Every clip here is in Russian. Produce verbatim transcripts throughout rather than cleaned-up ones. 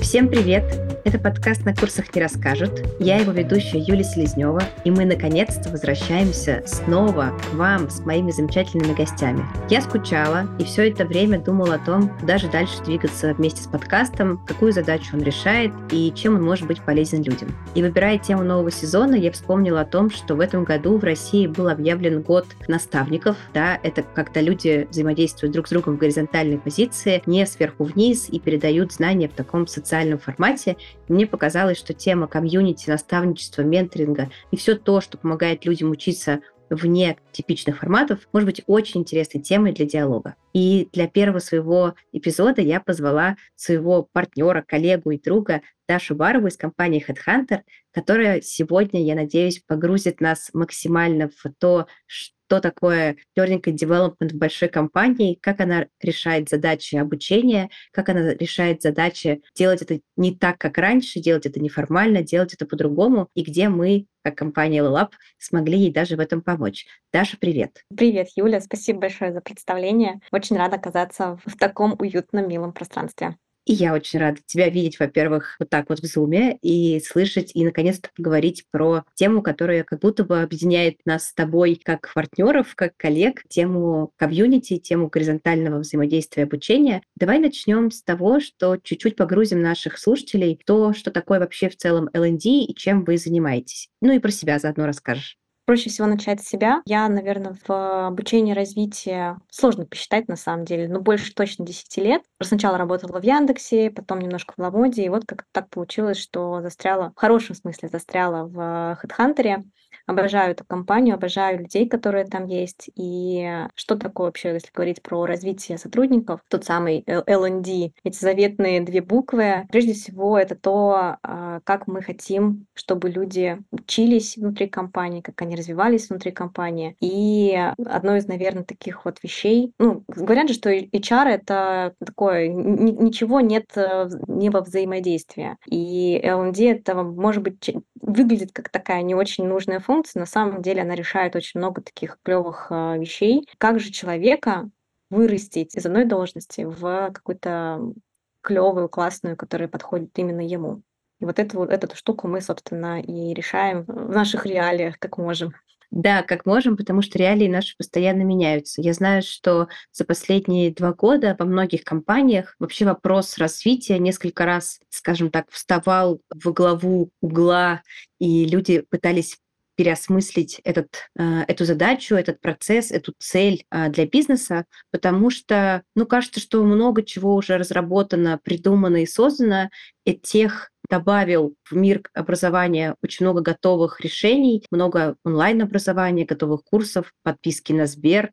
Всем привет! Это подкаст «На курсах не расскажут». Я его ведущая Юлия Селезнева, и мы наконец-то возвращаемся снова к вам с моими замечательными гостями. Я скучала и все это время думала о том, куда же дальше двигаться вместе с подкастом, какую задачу он решает и чем он может быть полезен людям. И выбирая тему нового сезона, я вспомнила о том, что в этом году в России был объявлен год наставников. Да, это когда люди взаимодействуют друг с другом в горизонтальной позиции, не сверху вниз, и передают знания в таком социальном формате. Мне показалось, что тема комьюнити, наставничества, менторинга и все то, что помогает людям учиться вне типичных форматов, может быть очень интересной темой для диалога. И для первого своего эпизода я позвала своего партнера, коллегу и друга Дашу Барову из компании HeadHunter, которая сегодня, я надеюсь, погрузит нас максимально в то, что такое learning and development в большой компании, как она решает задачи обучения, как она решает задачи делать это не так, как раньше, делать это неформально, делать это по-другому, и где мы, как компания LevelUp, смогли ей даже в этом помочь. Даша, привет! Привет, Юля, спасибо большое за представление. Очень рада оказаться в таком уютном, милом пространстве. И я очень рада тебя видеть, во-первых, вот так вот в Зуме, и слышать, и наконец-то поговорить про тему, которая как будто бы объединяет нас с тобой как партнеров, как коллег, тему комьюнити, тему горизонтального взаимодействия и обучения. Давай начнем с того, что чуть-чуть погрузим наших слушателей в то, что такое вообще в целом эл энд ди и чем вы занимаетесь. Ну и про себя заодно расскажешь. Проще всего начать с себя. Я, наверное, в обучении, развитии сложно посчитать на самом деле, но больше точно десяти лет. Сначала работала в Яндексе, потом немножко в Ламоде, и вот как так получилось, что застряла, в хорошем смысле застряла в HeadHunter. Обожаю эту компанию, обожаю людей, которые там есть. И что такое вообще, если говорить про развитие сотрудников, тот самый эл энд ди, эти заветные две буквы. Прежде всего, это то, как мы хотим, чтобы люди учились внутри компании, как они развивались внутри компании. И одно из, наверное, таких вот вещей, ну, говорят же, что эйч ар — это такое, ничего нет не во взаимодействии. И эл энд ди — это, может быть, выглядит как такая не очень нужная функция, на самом деле она решает очень много таких клевых вещей. Как же человека вырастить из одной должности в какую-то клевую, классную, которая подходит именно ему. И вот эту, вот эту штуку мы, собственно, и решаем в наших реалиях, как можем. Да, как можем, потому что реалии наши постоянно меняются. Я знаю, что за последние два года во многих компаниях вообще вопрос развития несколько раз, скажем так, вставал во главу угла, и люди пытались переосмыслить этот, э, эту задачу, этот процесс, эту цель э, для бизнеса, потому что, ну, кажется, что много чего уже разработано, придумано и создано, и тех добавил в мир образования очень много готовых решений, много онлайн-образования, готовых курсов, подписки на Сбер.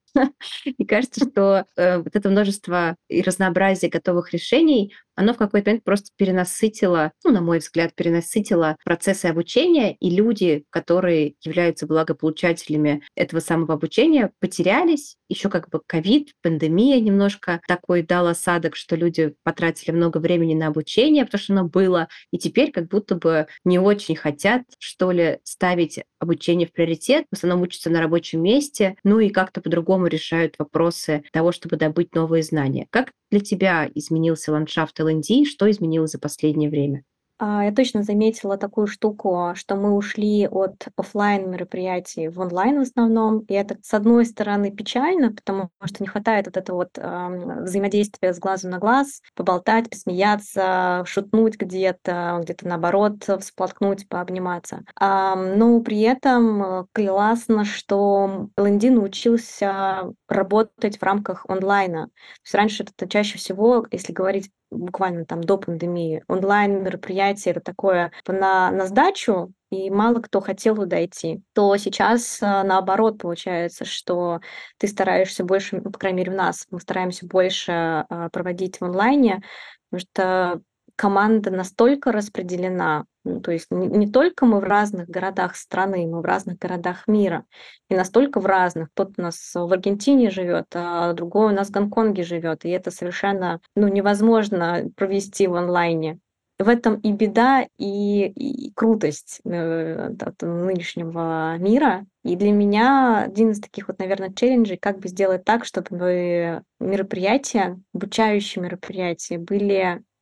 И кажется, что э, вот это множество и разнообразие готовых решений, оно в какой-то момент просто перенасытило, ну, на мой взгляд, перенасытило процессы обучения, и люди, которые являются благополучателями этого самого обучения, потерялись. Еще как бы ковид, пандемия немножко такой дал осадок, что люди потратили много времени на обучение, потому что оно было, и теперь как будто бы не очень хотят, что ли, ставить обучение в приоритет, в основном учатся на рабочем месте, ну и как-то по-другому решают вопросы того, чтобы добыть новые знания. Как для тебя изменился ландшафт эл энд ди? Что изменилось за последнее время? Я точно заметила такую штуку, что мы ушли от офлайн мероприятий в онлайн в основном. И это, с одной стороны, печально, потому что не хватает вот этого вот э, взаимодействия с глазу на глаз, поболтать, посмеяться, шутнуть где-то, где-то наоборот, всплакнуть, пообниматься. А, но при этом классно, что эл энд ди научился работать в рамках онлайна. То есть раньше это чаще всего, если говорить буквально там до пандемии, онлайн-мероприятие — это такое на, на сдачу, и мало кто хотел туда идти, то сейчас наоборот получается, что ты стараешься больше, ну, по крайней мере, в нас, мы стараемся больше проводить в онлайне, потому что команда настолько распределена, ну, то есть не, не только мы в разных городах страны, мы в разных городах мира, и настолько в разных. Кто-то у нас в Аргентине живет, а другой у нас в Гонконге живет, и это совершенно, ну, невозможно провести в онлайне. В этом и беда, и, и крутость э, от нынешнего мира. И для меня один из таких вот, наверное, челленджей, как бы сделать так, чтобы мероприятия, обучающие мероприятия, были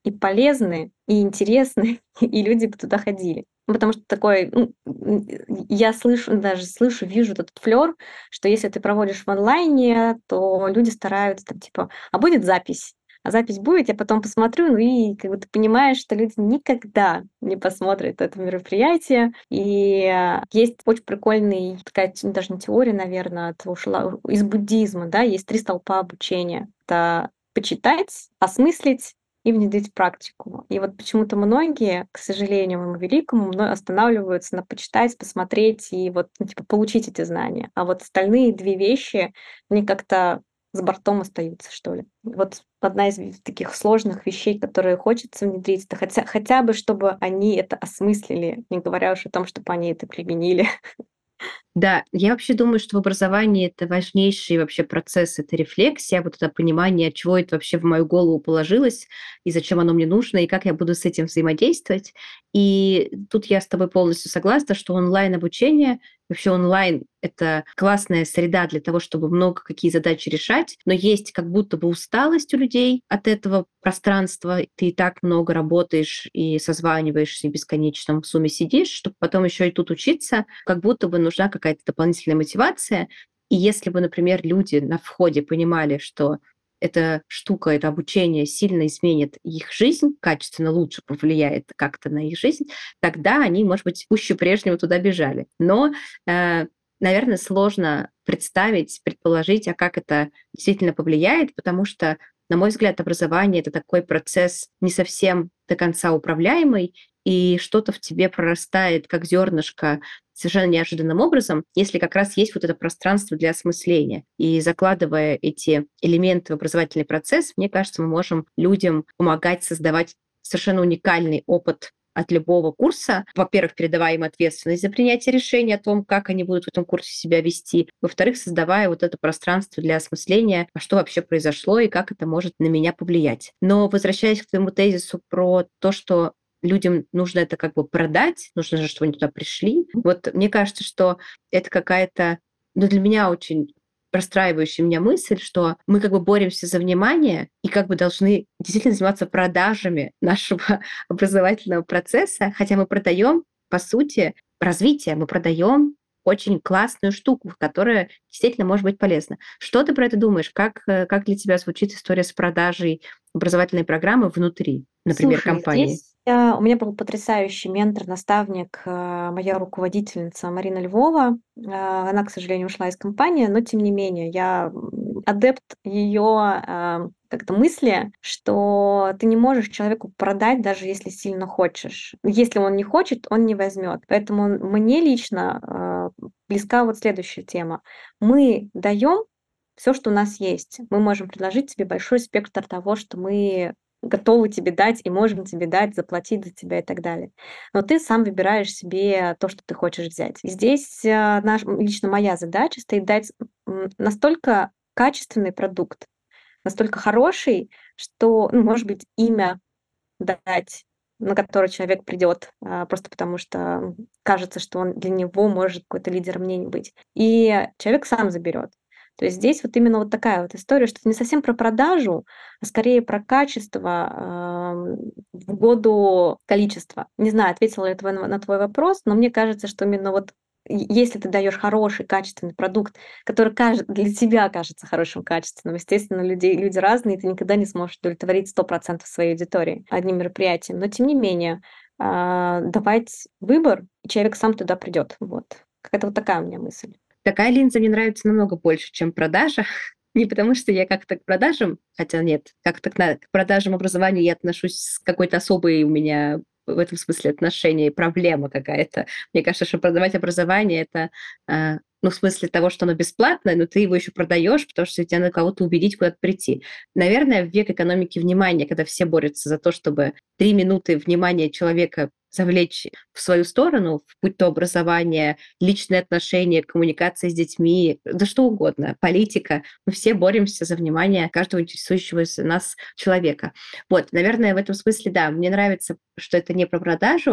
и полезны, и интересны, и люди бы туда ходили. Ну, потому что такой, ну, м, я слышу, даже слышу, вижу этот флёр, что если ты проводишь в онлайне, то люди стараются там типа: "А будет запись?" А запись будет, я потом посмотрю, ну и как бы ты понимаешь, что люди никогда не посмотрят это мероприятие. И а, есть очень прикольный, такая те- даже не теория, наверное, это ушла из буддизма, да, есть три столпа обучения. Это почитать, осмыслить и внедрить в практику. И вот почему-то многие, к сожалению, моему великому, мно- останавливаются на почитать, посмотреть и вот, ну, типа, получить эти знания. А вот остальные две вещи, они как-то с бортом остаются, что ли. Вот одна из в таких сложных вещей, которые хочется внедрить, это хотя хотя бы чтобы они это осмыслили, не говоря уж о том, чтобы они это применили. Да, я вообще думаю, что в образовании это важнейший вообще процесс, это рефлексия, вот это понимание, чего это вообще в мою голову положилось, и зачем оно мне нужно, и как я буду с этим взаимодействовать. И тут я с тобой полностью согласна, что онлайн-обучение, вообще онлайн — это классная среда для того, чтобы много какие задачи решать, но есть как будто бы усталость у людей от этого пространства. Ты и так много работаешь и созваниваешься, и в бесконечном сумме сидишь, чтобы потом еще и тут учиться, как будто бы нужна какая-то дополнительная мотивация. И если бы, например, люди на входе понимали, что эта штука, это обучение сильно изменит их жизнь, качественно лучше повлияет как-то на их жизнь, тогда они, может быть, пуще прежнего туда бежали. Но, э, наверное, сложно представить, предположить, а как это действительно повлияет, потому что, на мой взгляд, образование — это такой процесс не совсем до конца управляемый, и что-то в тебе прорастает, как зернышко, совершенно неожиданным образом, если как раз есть вот это пространство для осмысления. И закладывая эти элементы в образовательный процесс, мне кажется, мы можем людям помогать создавать совершенно уникальный опыт от любого курса. Во-первых, передавая им ответственность за принятие решений о том, как они будут в этом курсе себя вести. Во-вторых, создавая вот это пространство для осмысления, а что вообще произошло и как это может на меня повлиять. Но возвращаясь к твоему тезису про то, что людям нужно это как бы продать, нужно же, чтобы они туда пришли. Вот мне кажется, что это какая-то, ну, для меня очень расстраивающая меня мысль, что мы как бы боремся за внимание и как бы должны действительно заниматься продажами нашего образовательного процесса, хотя мы продаем, по сути, развитие, мы продаем очень классную штуку, которая действительно может быть полезна. Что ты про это думаешь? Как, э, как для тебя звучит история с продажей образовательной программы внутри, например, Слушай, компании? здесь, а, у меня был потрясающий ментор, наставник, а, моя руководительница Марина Львова. А, она, к сожалению, ушла из компании, но тем не менее я, м, адепт ее, а, как-то мысли, что ты не можешь человеку продать, даже если сильно хочешь. Если он не хочет, он не возьмет. Поэтому мне лично, а, близка вот следующая тема. Мы даем все, что у нас есть. Мы можем предложить тебе большой спектр того, что мы готовы тебе дать и можем тебе дать, заплатить за тебя и так далее. Но ты сам выбираешь себе то, что ты хочешь взять. И здесь, а, наш лично моя задача стоит дать, м, настолько качественный продукт, настолько хороший, что, ну, может быть, имя дать, на которое человек придет, а, просто потому что, м, кажется, что он для него может какой-то лидер мнений быть. И человек сам заберет. То есть здесь вот именно вот такая вот история, что это не совсем про продажу, а скорее про качество, ам, в угоду количества. Не знаю, ответила я твой на на твой вопрос, но мне кажется, что именно вот е если ты даешь хороший, качественный продукт, который каже для тебя кажется хорошим, качественным. Естественно, людей люди разные, и ты никогда не сможешь удовлетворить сто процентов своей аудитории одним мероприятием. Но тем не менее, а, давать выбор, и человек сам туда придет. Вот. Какая-то вот такая у меня мысль. Такая линза мне нравится намного больше, чем продажа. Не потому, что я как-то к продажам, хотя нет, как-то к, на- к продажам образования я отношусь с какой-то особой у меня в этом смысле отношения, проблема какая-то. Мне кажется, что продавать образование — это, а, ну, в смысле того, что оно бесплатное, но ты его еще продаешь, потому что тебя надо кого-то убедить куда-то прийти. Наверное, в век экономики внимания, когда все борются за то, чтобы три минуты внимания человека завлечь в свою сторону, будь то образование, личные отношения, коммуникация с детьми, да что угодно, политика. Мы все боремся за внимание каждого интересующегося нас человека. Вот, наверное, в этом смысле, да, мне нравится, что это не про продажу,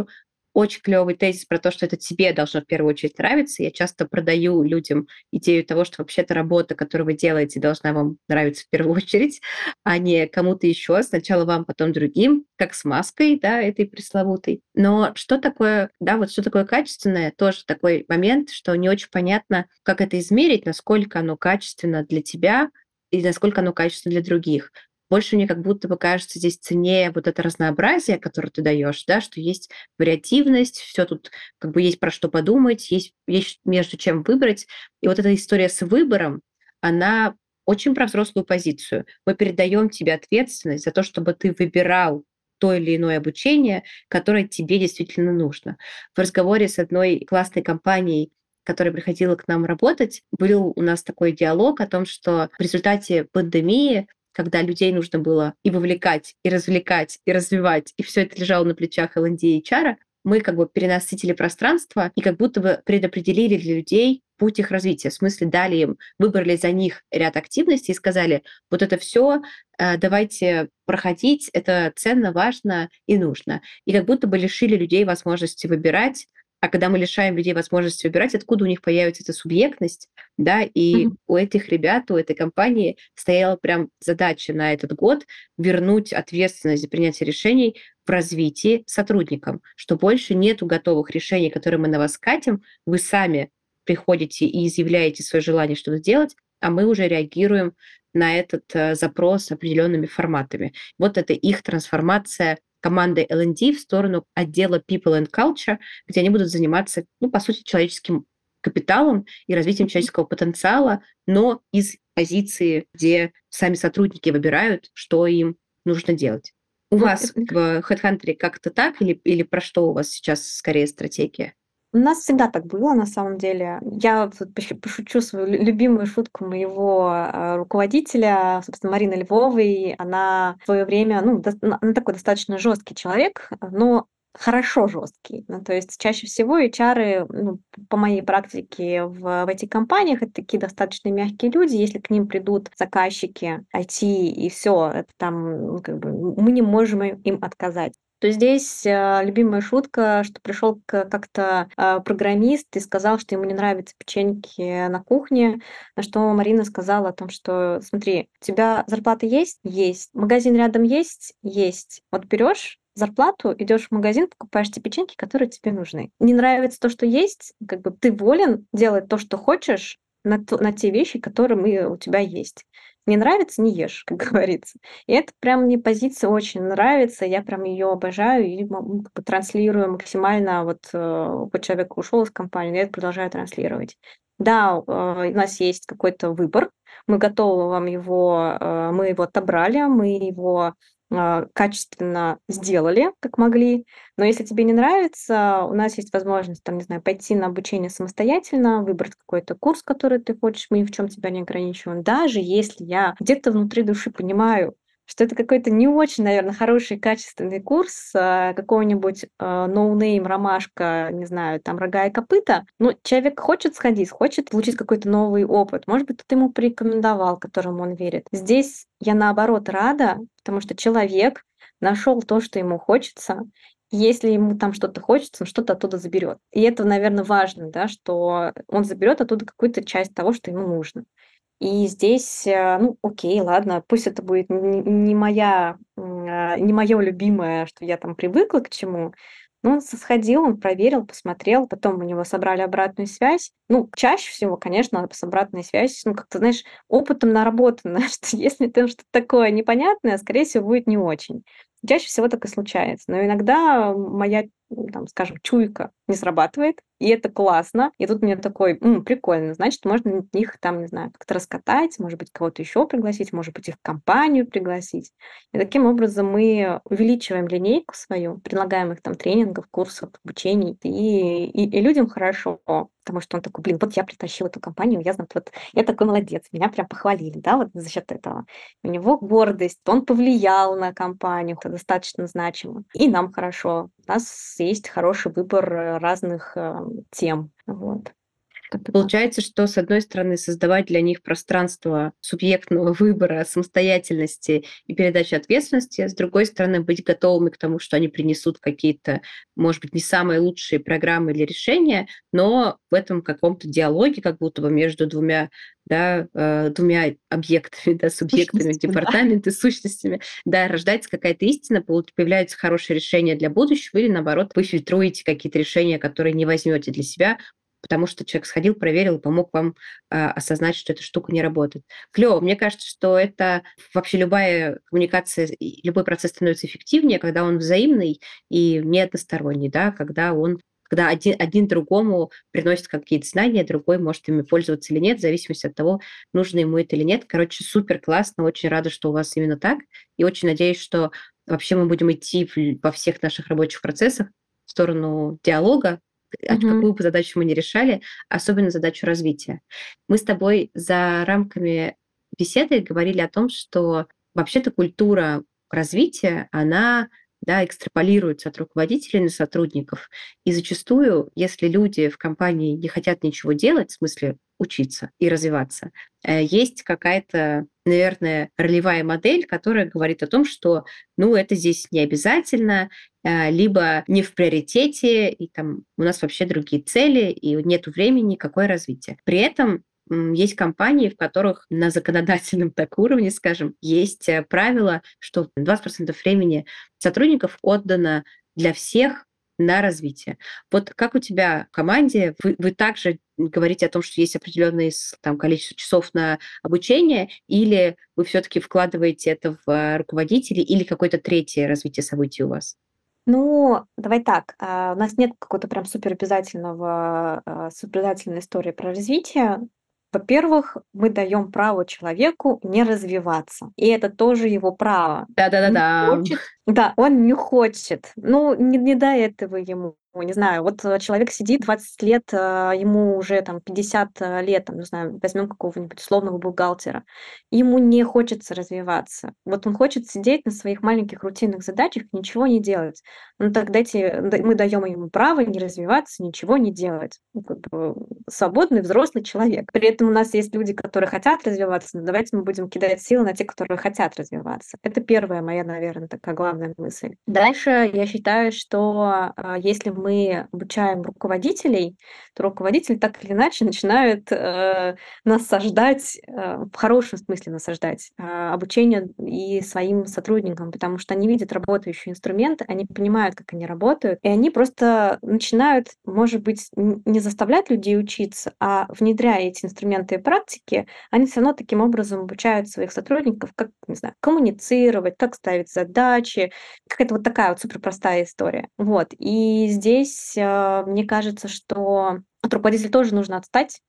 очень клевый тезис про то, что это тебе должно в первую очередь нравиться. Я часто продаю людям идею того, что вообще-то работа, которую вы делаете, должна вам нравиться в первую очередь, а не кому-то еще. Сначала вам, потом другим, как с маской, да, этой пресловутой. Но что такое, да, вот что такое качественное, тоже такой момент, что не очень понятно, как это измерить, насколько оно качественно для тебя и насколько оно качественно для других. Больше мне как будто бы кажется здесь ценнее вот это разнообразие, которое ты даешь, да, что есть вариативность, все тут как бы есть про что подумать, есть, есть между чем выбрать. И вот эта история с выбором, она очень про взрослую позицию. Мы передаем тебе ответственность за то, чтобы ты выбирал то или иное обучение, которое тебе действительно нужно. В разговоре с одной классной компанией, которая приходила к нам работать, был у нас такой диалог о том, что в результате пандемии, когда людей нужно было и вовлекать, и развлекать, и развивать, и все это лежало на плечах эл энд ди и эйч ар, мы как бы перенасытили пространство и как будто бы предопределили для людей путь их развития. В смысле, дали им, выбрали за них ряд активностей и сказали, вот это все давайте проходить, это ценно, важно и нужно. И как будто бы лишили людей возможности выбирать, а когда мы лишаем людей возможности выбирать, откуда у них появится эта субъектность, да, и Мгм. у этих ребят, у этой компании стояла прям задача на этот год вернуть ответственность за принятие решений в развитии сотрудникам, что больше нету готовых решений, которые мы на вас катим, вы сами приходите и изъявляете свое желание что-то делать, а мы уже реагируем на этот э, запрос определенными форматами. Вот это их трансформация команды эл энд ди в сторону отдела People and Culture, где они будут заниматься, ну, по сути, человеческим капиталом и развитием Мгм. человеческого потенциала, но из позиции, где сами сотрудники выбирают, что им нужно делать. У Ну, э, вас в HeadHunter как-то так или, или про что у вас сейчас скорее стратегия? У нас всегда так было, на самом деле. Я вот пош пошучу свою лю любимую шутку моего, а, руководителя, собственно, Марины Львовой. Она в свое время, ну, дос она она такой достаточно жесткий человек, но хорошо жесткий. Ну, то есть чаще всего эйч ар, ну, п по моей практике в в этих компаниях, это такие достаточно мягкие люди. Если к ним придут заказчики ай ти и все, это там, ну, как бы, м мы не можем им им отказать. То здесь, а, любимая шутка, что пришел к как-то, а, программист и сказал, что ему не нравятся печеньки на кухне, на что Марина сказала о том, что: "Смотри, у тебя зарплата есть? Есть. Магазин рядом есть? Есть. Вот берешь зарплату, идешь в магазин, покупаешь те печеньки, которые тебе нужны. Не нравится то, что есть, как бы ты волен делать то, что хочешь, на то на те вещи, которые мы у тебя есть. Не нравится — не ешь", как говорится. И это прям мне позиция очень нравится, я прям ее обожаю и ма м, как бы транслирую максимально. Вот, э, вот человек ушел из компании, я это продолжаю транслировать. Да, э, у нас есть какой-то выбор, мы готовы вам его, э, мы его отобрали, мы его, а, качественно сделали, как могли. Но если тебе не нравится, у нас есть возможность, там, не знаю, пойти на обучение самостоятельно, выбрать какой-то курс, который ты хочешь, мы ни в чем тебя не ограничиваем. Даже если я где-то внутри души понимаю, что это какой-то не очень, наверное, хороший, качественный курс, а, какого-нибудь, а, ноунейм, ромашка, не знаю, там, рога и копыта. Ну, человек хочет сходить, хочет получить какой-то новый опыт. Может быть, кто-то ему порекомендовал, которому он верит. Здесь я, наоборот, рада, потому что человек нашел то, что ему хочется. Если ему там что-то хочется, он что-то оттуда заберет. И это, наверное, важно, да, что он заберет оттуда какую-то часть того, что ему нужно. И здесь, э, ну, окей, ладно, пусть это будет н не моя, м, а, не мое любимое, что я там привыкла к чему. Но он с сходил, он проверил, посмотрел, потом у него собрали обратную связь. Ну, чаще всего, конечно, с обратной связь, ну, как-то, знаешь, опытом наработано, что если там что-то такое непонятное, скорее всего, будет не очень. Чаще всего так и случается. Но иногда моя, м, там, скажем, чуйка не срабатывает, и это классно. И тут мне такой: "М, прикольно, значит, можно их там, не знаю, как-то раскатать, может быть, кого-то еще пригласить, может быть, их в компанию пригласить". И таким образом мы увеличиваем линейку свою предлагаемых там тренингов, курсов, обучений, и и и людям хорошо, потому что он такой: "Блин, вот я притащил эту компанию, я, значит, вот я такой молодец, меня прям похвалили, да, вот за счет этого". У него гордость, он повлиял на компанию, это достаточно значимо. И нам хорошо. У нас есть хороший выбор, э, разных, э, тем. Вот. Как-то так. Получается, что, с одной стороны, создавать для них пространство субъектного выбора, самостоятельности и передачи ответственности, с другой стороны, быть готовыми к тому, что они принесут какие-то, может быть, не самые лучшие программы или решения, но в этом каком-то диалоге, как будто бы между двумя, да, э, двумя объектами, да, субъектами, Сущности, да. департаменты, сущностями, да, рождается какая-то истина, полу- появляются хорошие решения для будущего, или наоборот, вы фильтруете какие-то решения, которые не возьмете для себя, потому что человек сходил, проверил и помог вам а, осознать, что эта штука не работает. Клево. Мне кажется, что это вообще любая коммуникация, и любой процесс становится эффективнее, когда он взаимный и не односторонний, да, когда он когда один, один другому приносит какие-то знания, другой может ими пользоваться или нет, в зависимости от того, нужно ему это или нет. Короче, супер классно, очень рада, что у вас именно так, и очень надеюсь, что вообще мы будем идти в- во всех наших рабочих процессах в сторону диалога, а Мгм. какую бы задачу мы ни решали, особенно задачу развития. Мы с тобой за рамками беседы говорили о том, что вообще-то культура развития, она, да, экстраполируется от руководителей на сотрудников. И зачастую, если люди в компании не хотят ничего делать, в смысле учиться и развиваться, э, есть какая-то, наверное, ролевая модель, которая говорит о том, что, ну, это здесь не обязательно, э, либо не в приоритете, и там у нас вообще другие цели, и нету времени, какое развитие. При этом м, есть компании, в которых на законодательном так уровне, скажем, есть э, правило, что двадцать процентов времени сотрудников отдано для всех на развитие. Вот как у тебя в команде? Вы, вы также говорите о том, что есть определенное с- там, количество часов на обучение, или вы все-таки вкладываете это в э, руководителей, или какое-то третье развитие событий у вас? Ну, давай так, а, у нас нет какого-то прям супер обязательного, а, супер обязательной истории про развитие. Во-первых, мы даем право человеку не развиваться, и это тоже его право. Не Да-да-да-да. хочет, да, он не хочет. Ну, не, не до этого ему. Не знаю, вот э, человек сидит двадцать лет, а, ему уже там пятьдесят э, лет, там, не знаю, возьмем какого-нибудь условного бухгалтера. Ему не хочется развиваться. Вот он хочет сидеть на своих маленьких рутинных задачах, ничего не делать. Ну, так дайте, да, мы даем ему право не развиваться, ничего не делать. Ну, как бы свободный взрослый человек. При этом у нас есть люди, которые хотят развиваться, но давайте мы будем кидать силы на тех, которые хотят развиваться. Это первая моя, наверное, такая главная мысль. Дальше я считаю, что а, если мы обучаем руководителей, то руководители так или иначе начинают э, насаждать, э, в хорошем смысле насаждать, а, обучение и своим сотрудникам, потому что они видят работающие инструменты, они понимают, как они работают, и они просто начинают, может быть, н- не заставлять людей учиться, а внедряя эти инструменты и практики, они все равно таким образом обучают своих сотрудников, как, не знаю, коммуницировать, как ставить задачи, какая-то вот такая вот супер простая история. Вот. И здесь, э, мне кажется, что от руководителя тоже нужно отстать.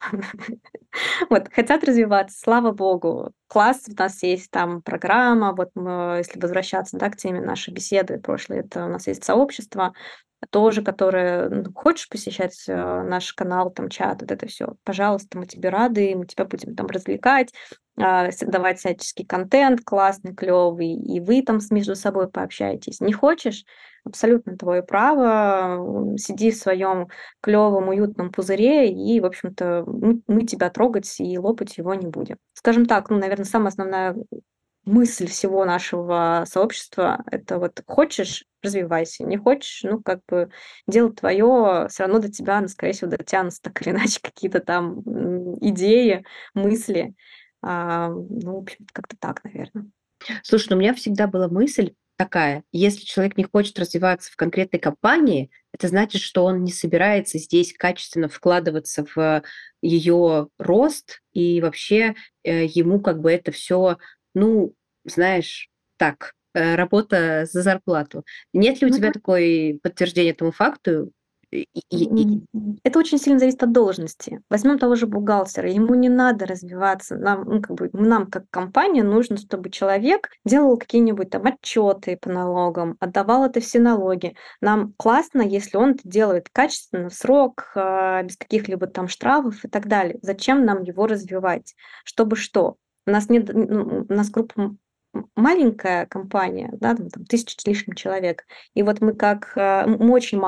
Вот, хотят развиваться, слава богу. Класс, у нас есть там программа, вот мы, если возвращаться, да, к теме нашей беседы прошлой, это у нас есть сообщество тоже, которое, ну, хочешь посещать э, наш канал, там, чат, вот это все, пожалуйста, мы тебе рады, мы тебя будем там развлекать, а, с- давать всяческий контент классный, клевый, и вы там с- между собой пообщаетесь. Не хочешь? Абсолютно твое право. м, Сиди в своем клевом, уютном пузыре, и, в общем-то, мы, мы тебя трогать и лопать его не будем. Скажем так, ну, наверное, самая основная мысль всего нашего сообщества — это вот хочешь — развивайся, не хочешь — ну, как бы дело твое, все равно до тебя, ну, скорее всего, дотянутся так или иначе какие-то там м, идеи, мысли. А, ну, в общем, как-то так, наверное. Слушай, ну у меня всегда была мысль такая: если человек не хочет развиваться в конкретной компании, это значит, что он не собирается здесь качественно вкладываться в ее рост, и вообще э, ему как бы это все, ну, знаешь, так, э, работа за зарплату. Нет ли у Ну, тебя это такой подтверждения этому факту? И- и- и- М, это очень сильно зависит от должности. Возьмем того же бухгалтера. Ему не надо развиваться. Нам, ну, как бы, нам, как компания, нужно, чтобы человек делал какие-нибудь там отчеты по налогам, отдавал это все налоги. Нам классно, если он это делает качественно, в срок, а, без каких-либо там штрафов и так далее. Зачем нам его развивать? Чтобы что? У нас нет, ну, у нас группа м- маленькая компания, да, там, там тысяча с лишним человек. И вот мы как, а, м- мы очень мало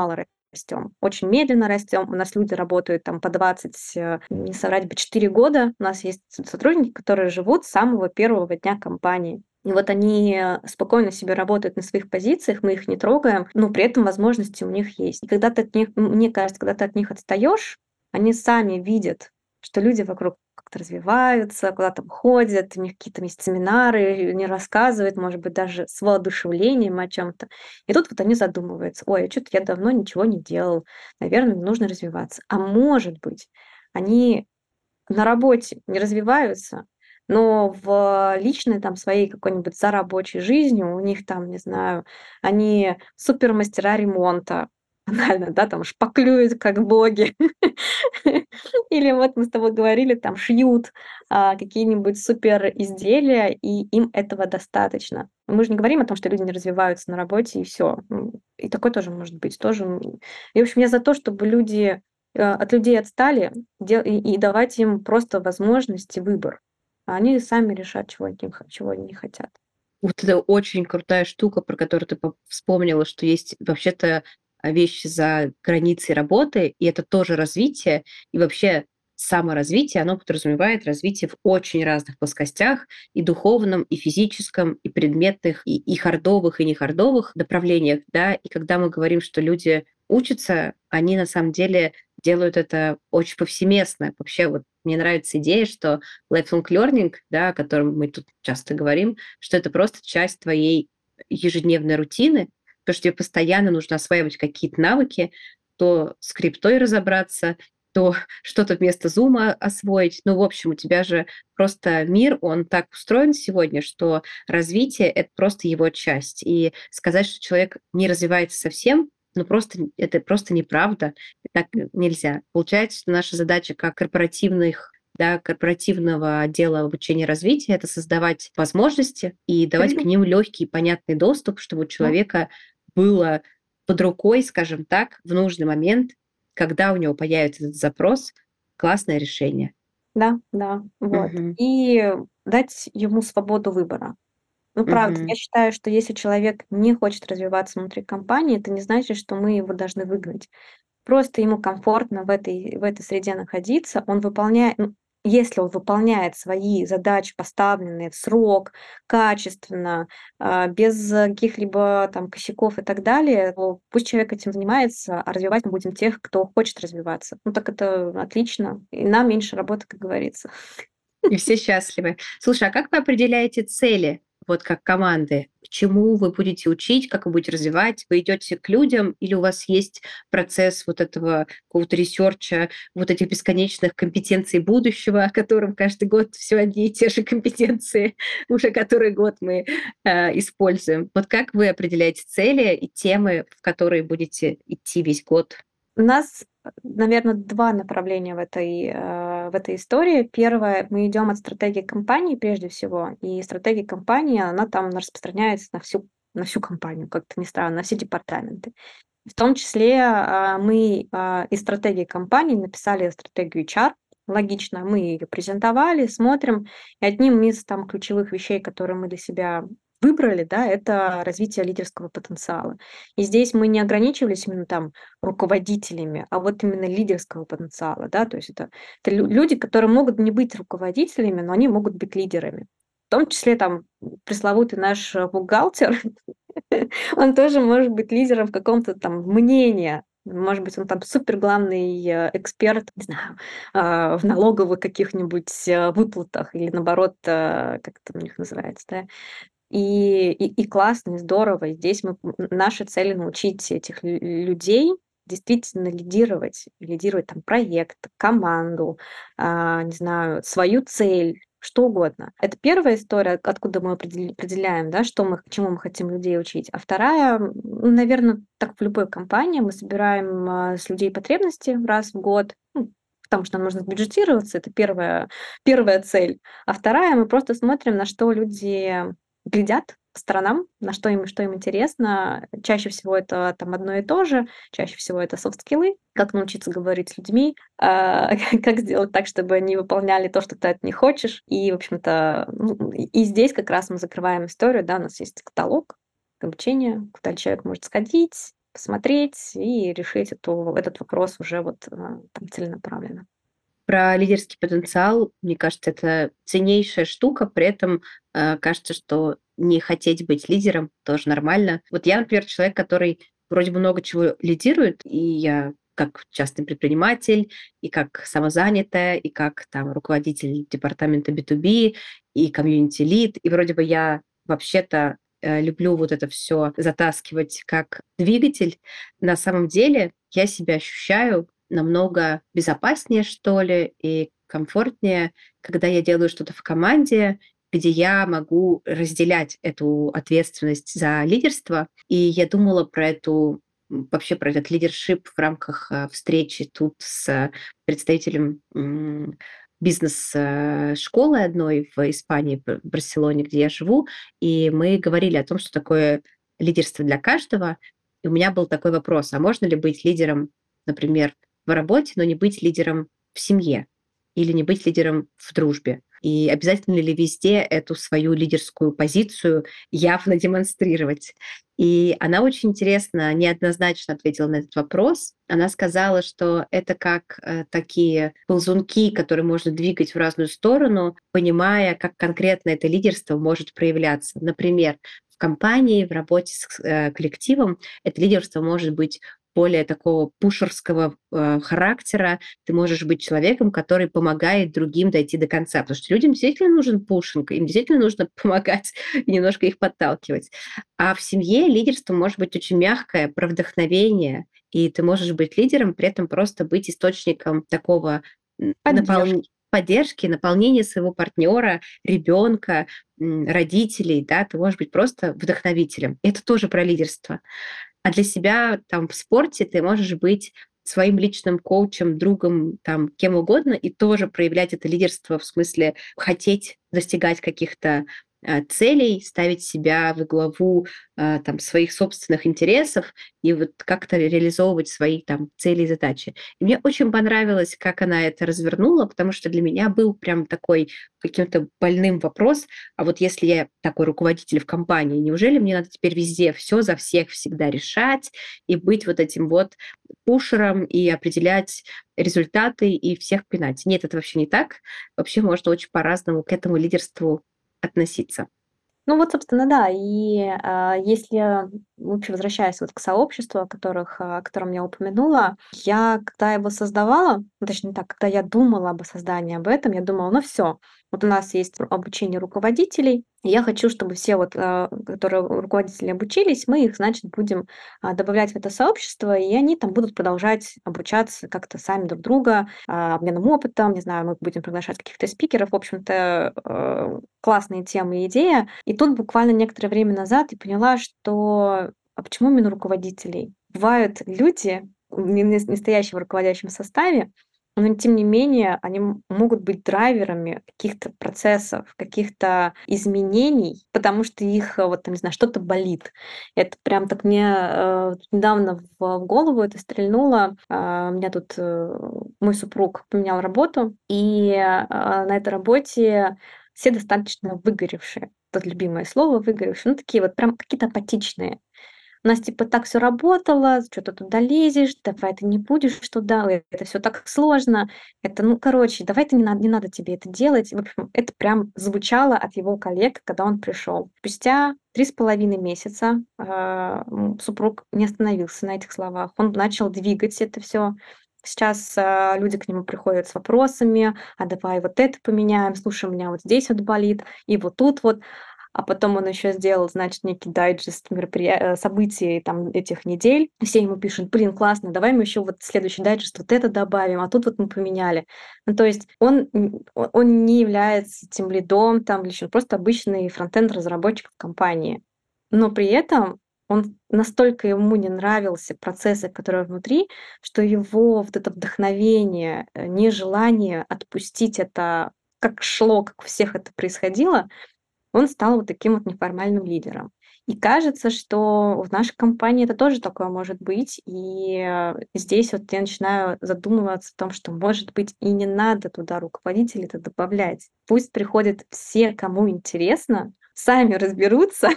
растем. Очень медленно растем. У нас люди работают там по двадцать, э, не соврать бы, четыре года. У нас есть с сотрудники, которые живут с самого первого дня компании. И вот они э, спокойно себе работают на своих позициях, мы их не трогаем, но при этом возможности у них есть. И когда ты от них, м мне кажется, когда ты от них отстаешь, они сами видят, что люди вокруг как-то развиваются, куда-то ходят, у них какие-то есть семинары, они рассказывают, может быть, даже с воодушевлением о чем то. И тут вот они задумываются: "Ой, а чё-то я давно ничего не делал, наверное, нужно развиваться". А может быть, они на работе не развиваются, но в личной там своей какой-нибудь зарабочей жизни у них там, не знаю, они супермастера ремонта, банально, да, там шпаклюют как боги. Или вот мы с тобой говорили, там шьют, а, какие-нибудь супер изделия, и им этого достаточно. Мы же не говорим о том, что люди не развиваются на работе и все. И такое тоже может быть. Тоже, м. И, в общем, я за то, чтобы люди, э, от людей отстали, де и и давать им просто возможность и выбор. А они сами решат, чего они х чего они хотят. Вот это очень крутая штука, про которую ты по вспомнила, что есть вообще-то, а, вещи за границей работы, и это тоже развитие. И вообще саморазвитие, оно подразумевает развитие в очень разных плоскостях: и духовном, и физическом, и предметных, и и хардовых, и не хардовых направлениях, да. И когда мы говорим, что люди учатся, они на самом деле делают это очень повсеместно. Вообще вот мне нравится идея, что lifelong learning, да, о котором мы тут часто говорим, что это просто часть твоей ежедневной рутины, то, что тебе постоянно нужно осваивать какие-то навыки, то с криптой разобраться, то что-то вместо зума освоить. Ну, в общем, у тебя же просто мир, он так устроен сегодня, что развитие — это просто его часть. И сказать, что человек не развивается совсем, ну, просто это просто неправда. И так нельзя. Получается, что наша задача как корпоративных да, корпоративного отдела обучения и развития — это создавать возможности и давать к ним легкий и понятный доступ, чтобы у Да. человека было под рукой, скажем так, в нужный момент, когда у него появится этот запрос, классное решение. Да, да, вот. Мгм. И дать ему свободу выбора. Ну, правда, я Мгм. считаю, что если человек не хочет развиваться внутри компании, это не значит, что мы его должны выгнать. Просто ему комфортно в этой в этой среде находиться. Он выполняет, ну, если он выполняет свои задачи, поставленные в срок, качественно, а, без э, каких-либо там косяков и так далее, то пусть человек этим занимается, а развивать мы будем тех, кто хочет развиваться. Ну, так это отлично. И нам меньше работы, как говорится. И все счастливы. Слушай, а как вы определяете цели, вот как команды? Чему вы будете учить, как вы будете развивать? Вы идете к людям или у вас есть процесс вот этого какого-то ресерча, вот этих бесконечных компетенций будущего, о котором каждый год все одни и те же компетенции, уже который год мы э, используем. Вот как вы определяете цели и темы, в которые будете идти весь год? У нас, наверное, два направления в этой, э, в этой истории. Первое, мы идем от стратегии компании прежде всего, и стратегия компании, она там распространяется на всю на всю компанию, как-то ни странно, на все департаменты. В том числе, а, мы, а, из стратегии компании написали стратегию H R. Логично, мы ее презентовали, смотрим. И одним из там ключевых вещей, которые мы для себя выбрали, да, это развитие лидерского потенциала. И здесь мы не ограничивались именно там руководителями, а вот именно лидерского потенциала, да, то есть это, это лю- люди, которые могут не быть руководителями, но они могут быть лидерами. В том числе там пресловутый наш э, бухгалтер, он тоже может быть лидером в каком-то там мнении. Может быть, он там супер главный э, эксперт, не знаю, а, в налоговых каких-нибудь э, выплатах или наоборот, э, как это у них называется, да. И, и, и классно, и здорово. И здесь мы, м, наша цель научить этих лю- людей действительно лидировать, лидировать там проект, команду, а, не знаю, свою цель, что угодно. Это первая история, откуда мы определи- определяем, да, что мы, чему мы хотим людей учить. А вторая, наверное, так в любой компании мы собираем а, с людей потребности раз в год, ну, потому что нам нужно бюджетироваться, это первая, первая цель. А вторая, мы просто смотрим, на что люди глядят по сторонам, на что им что им интересно. Чаще всего это там одно и то же, чаще всего это софт-скиллы, как научиться говорить с людьми, а, как сделать так, чтобы они выполняли то, что ты от них хочешь. И, в общем-то, ну, и и здесь как раз мы закрываем историю, да, у нас есть каталог обучения, куда человек может сходить, посмотреть и решить эту этот вопрос уже вот, э, там целенаправленно. Про лидерский потенциал, мне кажется, это ценнейшая штука, при этом, э, кажется, что не хотеть быть лидером тоже нормально. Вот я, например, человек, который вроде бы много чего лидирует, и я как частный предприниматель, и как самозанятая, и как там руководитель департамента би ту би, и комьюнити-лид, и вроде бы я вообще-то, э, люблю вот это все затаскивать как двигатель. На самом деле я себя ощущаю намного безопаснее, что ли, и комфортнее, когда я делаю что-то в команде, где я могу разделять эту ответственность за лидерство. И я думала про эту м, вообще про этот лидершип в рамках а, встречи тут с представителем м, бизнес-школы одной в Испании, в Барселоне, где я живу, и мы говорили о том, что такое лидерство для каждого. И у меня был такой вопрос: а можно ли быть лидером, например, в работе, но не быть лидером в семье или не быть лидером в дружбе? И обязательно ли везде эту свою лидерскую позицию явно демонстрировать? И она очень интересно, неоднозначно ответила на этот вопрос. Она сказала, что это как э, такие ползунки, которые можно двигать в разную сторону, понимая, как конкретно это лидерство может проявляться. Например, в компании, в работе с э, коллективом это лидерство может быть более такого пушерского э, характера. Ты можешь быть человеком, который помогает другим дойти до конца, потому что людям действительно нужен пушинг, им действительно нужно помогать и немножко их подталкивать. А в семье лидерство может быть очень мягкое, про вдохновение, и ты можешь быть лидером, при этом просто быть источником такого м, напол- Поддержки. поддержки, наполнения своего партнера, ребенка, родителей, да, ты можешь быть просто вдохновителем. Это тоже про лидерство. А для себя там в спорте ты можешь быть своим личным коучем, другом, там, кем угодно, и тоже проявлять это лидерство в смысле хотеть достигать каких-то э, целей, ставить себя во главу э, там, своих собственных интересов и вот как-то реализовывать свои там цели и задачи. И мне очень понравилось, как она это развернула, потому что для меня был прям такой каким-то больным вопрос: а вот если я такой руководитель в компании, неужели мне надо теперь везде все за всех всегда решать и быть вот этим вот пушером и определять результаты и всех пинать? Нет, это вообще не так. Вообще можно очень по-разному к этому лидерству относиться. Ну вот, собственно, да. И, а, если, в общем, возвращаясь вот к сообществу, о которых, а, о котором я упомянула, я, когда его создавала, ну, точнее так, когда я думала об создании об этом, я думала: ну все, вот у нас есть обучение руководителей, и я хочу, чтобы все вот, а, которые руководители обучились, мы их, значит, будем, а, добавлять в это сообщество, и они там будут продолжать обучаться как-то сами друг друга, а, обменом опытом, не знаю, мы будем приглашать каких-то спикеров. В общем-то, э, классные темы и идея. И тут буквально некоторое время назад я поняла, что а почему именно руководителей? Бывают люди, не не не стоящие в руководящем составе, но тем не менее они м могут быть драйверами каких-то процессов, каких-то изменений, потому что их, э, вот там, не знаю, что-то болит. Это прям так мне, э, недавно в в голову это стрельнуло. А, у меня тут, э, мой супруг поменял работу, и, а, на этой работе все достаточно выгоревшие. Тут любимое слово выгоревшие, ну, такие вот прям какие-то апатичные. У нас типа так все работало, что ты туда лезешь, давай ты не будешь туда, ой, это все так сложно. Это, ну, короче, давай ты не надо, не надо тебе это делать. В общем, это прям звучало от его коллег, когда он пришел. Спустя три с половиной месяца, а, м, супруг не остановился на этих словах. Он начал двигать это все. Сейчас, а, люди к нему приходят с вопросами: "А давай вот это поменяем, слушай, у меня вот здесь вот болит, и вот тут вот". А потом он еще сделал, значит, некий дайджест мероприя э, событий там этих недель. Все ему пишут: "Блин, классно, давай мы еще вот в следующий дайджест вот это добавим, а тут вот мы поменяли". Ну, то есть он н о он не является тимлидом там или ещё, просто обычный фронтенд-разработчик в компании. Но при этом он настолько ему не нравился процессы, которые внутри, что его вот это вдохновение, э, нежелание отпустить это, как шло, как у всех это происходило, он стал вот таким вот неформальным лидером. И кажется, что в нашей компании это тоже такое может быть. И, э, здесь вот я начинаю задумываться о том, что, может быть, и не надо туда руководителей-то добавлять. Пусть приходят все, кому интересно, сами разберутся.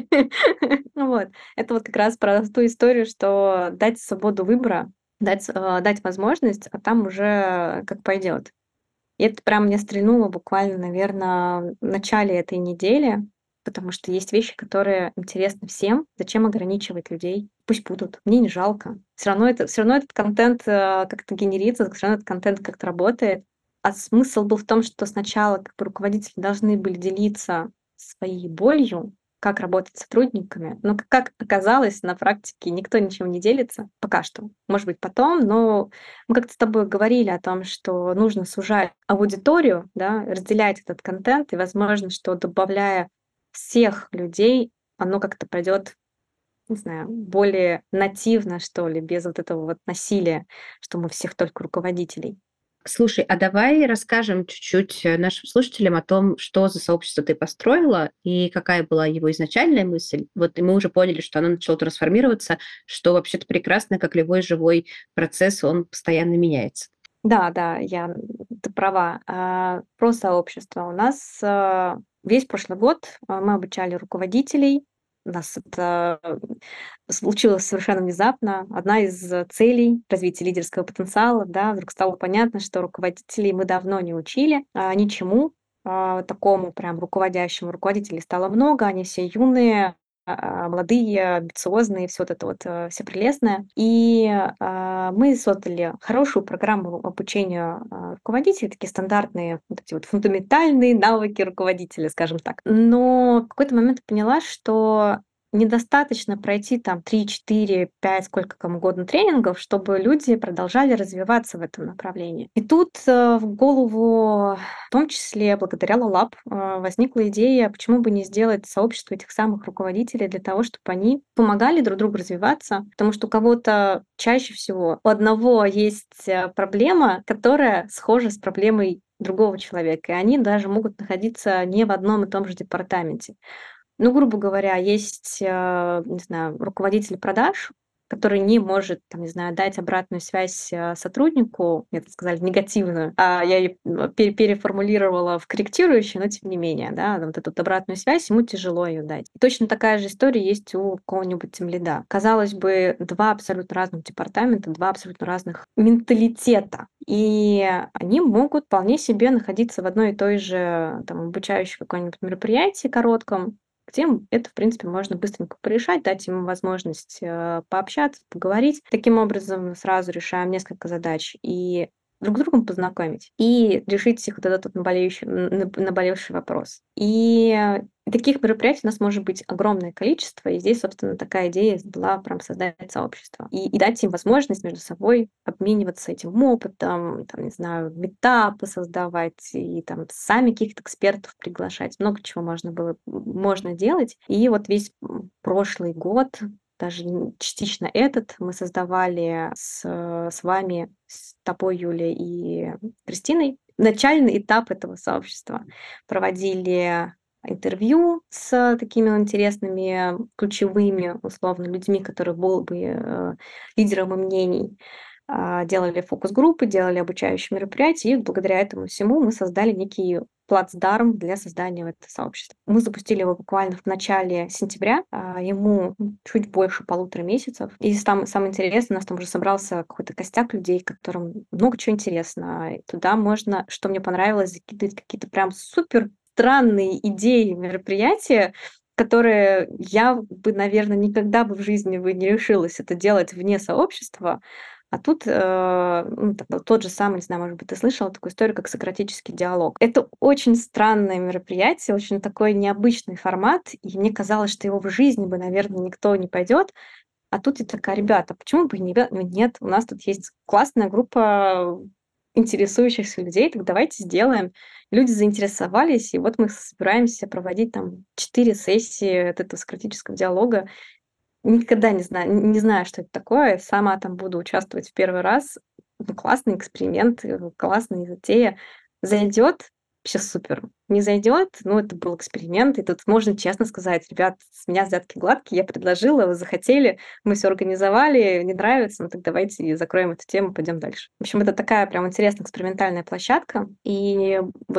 Вот. Это вот как раз про ту историю, что дать свободу выбора, дать с а, дать возможность, а там уже как пойдет. И это прям мне стрельнуло буквально, наверно, в начале этой недели, потому что есть вещи, которые интересны всем. Зачем ограничивать людей? Пусть будут, мне не жалко. Всё равно это всё равно этот контент, а, как-то генерится, всё равно этот контент как-то работает. А смысл был в том, что сначала как бы руководители должны были делиться своей болью, как работать с сотрудниками. Но к как оказалось, на практике никто ничем не делится пока что. Может быть, потом, но мы как-то с тобой говорили о том, что нужно сужать аудиторию, да, разделять этот контент, и, возможно, что добавляя всех людей, оно как-то пойдет, не знаю, более нативно, что ли, без вот этого вот насилия, что мы всех только руководителей. Слушай, а давай расскажем чуть-чуть, э, нашим слушателям о том, что за сообщество ты построила и какая была его изначальная мысль. Вот и мы уже поняли, что оно начало трансформироваться, что вообще-то прекрасно, как любой живой процесс, он постоянно меняется. Да, да, я, м, ты права. А, про сообщество. У нас, а, весь прошлый год, а, мы обучали руководителей. У нас это, м, случилось совершенно внезапно. Одна из целей развития лидерского потенциала, да, вдруг стало понятно, что руководителей мы давно не учили, а, ничему, а, такому прям руководящему. Руководителей стало много, они все юные, а, молодые, амбициозные, всё вот это вот, э, всё прелестное. И, а, мы создали хорошую программу обучения, а, руководителей, такие стандартные, вот эти вот фундаментальные навыки руководителя, скажем так. Но в какой-то момент поняла, что недостаточно пройти там три четыре пять, сколько кому угодно тренингов, чтобы люди продолжали развиваться в этом направлении. И тут, э, в голову, в том числе благодаря LeLab, а, возникла идея, почему бы не сделать сообщество этих самых руководителей для того, чтоб они помогали друг другу развиваться. Потому что у кого-то чаще всего, у одного есть, э, проблема, которая схожа с проблемой другого человека, и они даже могут находиться не в одном и том же департаменте. Ну, грубо говоря, есть, а, не знаю, руководитель продаж, который не может, там, не знаю, дать обратную связь, а, сотруднику, мне тут сказали негативную, а я её, м, пере переформулировала в корректирующую, но тем не менее, да, вот эту вот обратную связь, ему тяжело её дать. Точно такая же история есть у какого-нибудь тимлида. Казалось бы, два абсолютно разных департамента, два абсолютно разных менталитета, и они могут вполне себе находиться в одной и той же, там, обучающей каком-нибудь мероприятии коротком, где, м, это, в принципе, можно быстренько порешать, дать ему возможность, а, пообщаться, поговорить. Таким образом, сразу решаем несколько задач и друг с другом познакомить, и решить их вот этот вот наболеющий н наб наболевший вопрос. И таких мероприятий у нас может быть огромное количество, и здесь, собственно, такая идея была прям создать сообщество и и дать им возможность между собой обмениваться этим опытом, там, не знаю, митапы создавать и там сами каких-то экспертов приглашать. Много чего можно было можно делать. И вот весь, м, прошлый год, даже н частично этот, мы создавали с с вами, с тобой, Юля, и Кристиной начальный этап этого сообщества. Проводили интервью с такими интересными, ключевыми, условно, людьми, которые был бы, э, лидером мнений. А, делали фокус-группы, делали обучающие мероприятия, и благодаря этому всему мы создали некий плацдарм для создания вот этого сообщества. Мы запустили его буквально в начале сентября, а, ему, м, чуть больше полутора месяцев. И там самое интересное, у нас там уже собрался какой-то костяк людей, которым много чё интересно. И туда можно, что мне понравилось, закидывать какие-то прям супер странные идеи мероприятия, которые я бы, наверно, никогда бы в жизни бы не решилась это делать вне сообщества. А тут, э, ну, т тот же самый, не знаю, может быть, ты слышала такую историю, как сократический диалог. Это очень странное мероприятие, очень такой необычный формат, и мне казалось, что его в жизни бы, наверно, никто не пойдет. А тут я такая: "Ребята, почему бы и не бя нет? У нас тут есть классная группа интересующихся людей, так давайте сделаем". Люди заинтересовались, и вот мы собираемся проводить там четыре сессии от этого сократического диалога. Никогда не знаю н не знаю, что это такое. Сама там буду участвовать в первый раз. Ну, классный эксперимент, э, классная затея. Зайдет — вообще супер. Не зайдет — ну, это был эксперимент, и тут можно честно сказать: "Ребят, с меня взятки гладкие, я предложила, вы захотели, мы всё организовали, не нравится, ну так давайте и закроем эту тему, пойдем дальше". В общем, это такая прям интересная экспериментальная площадка. И вот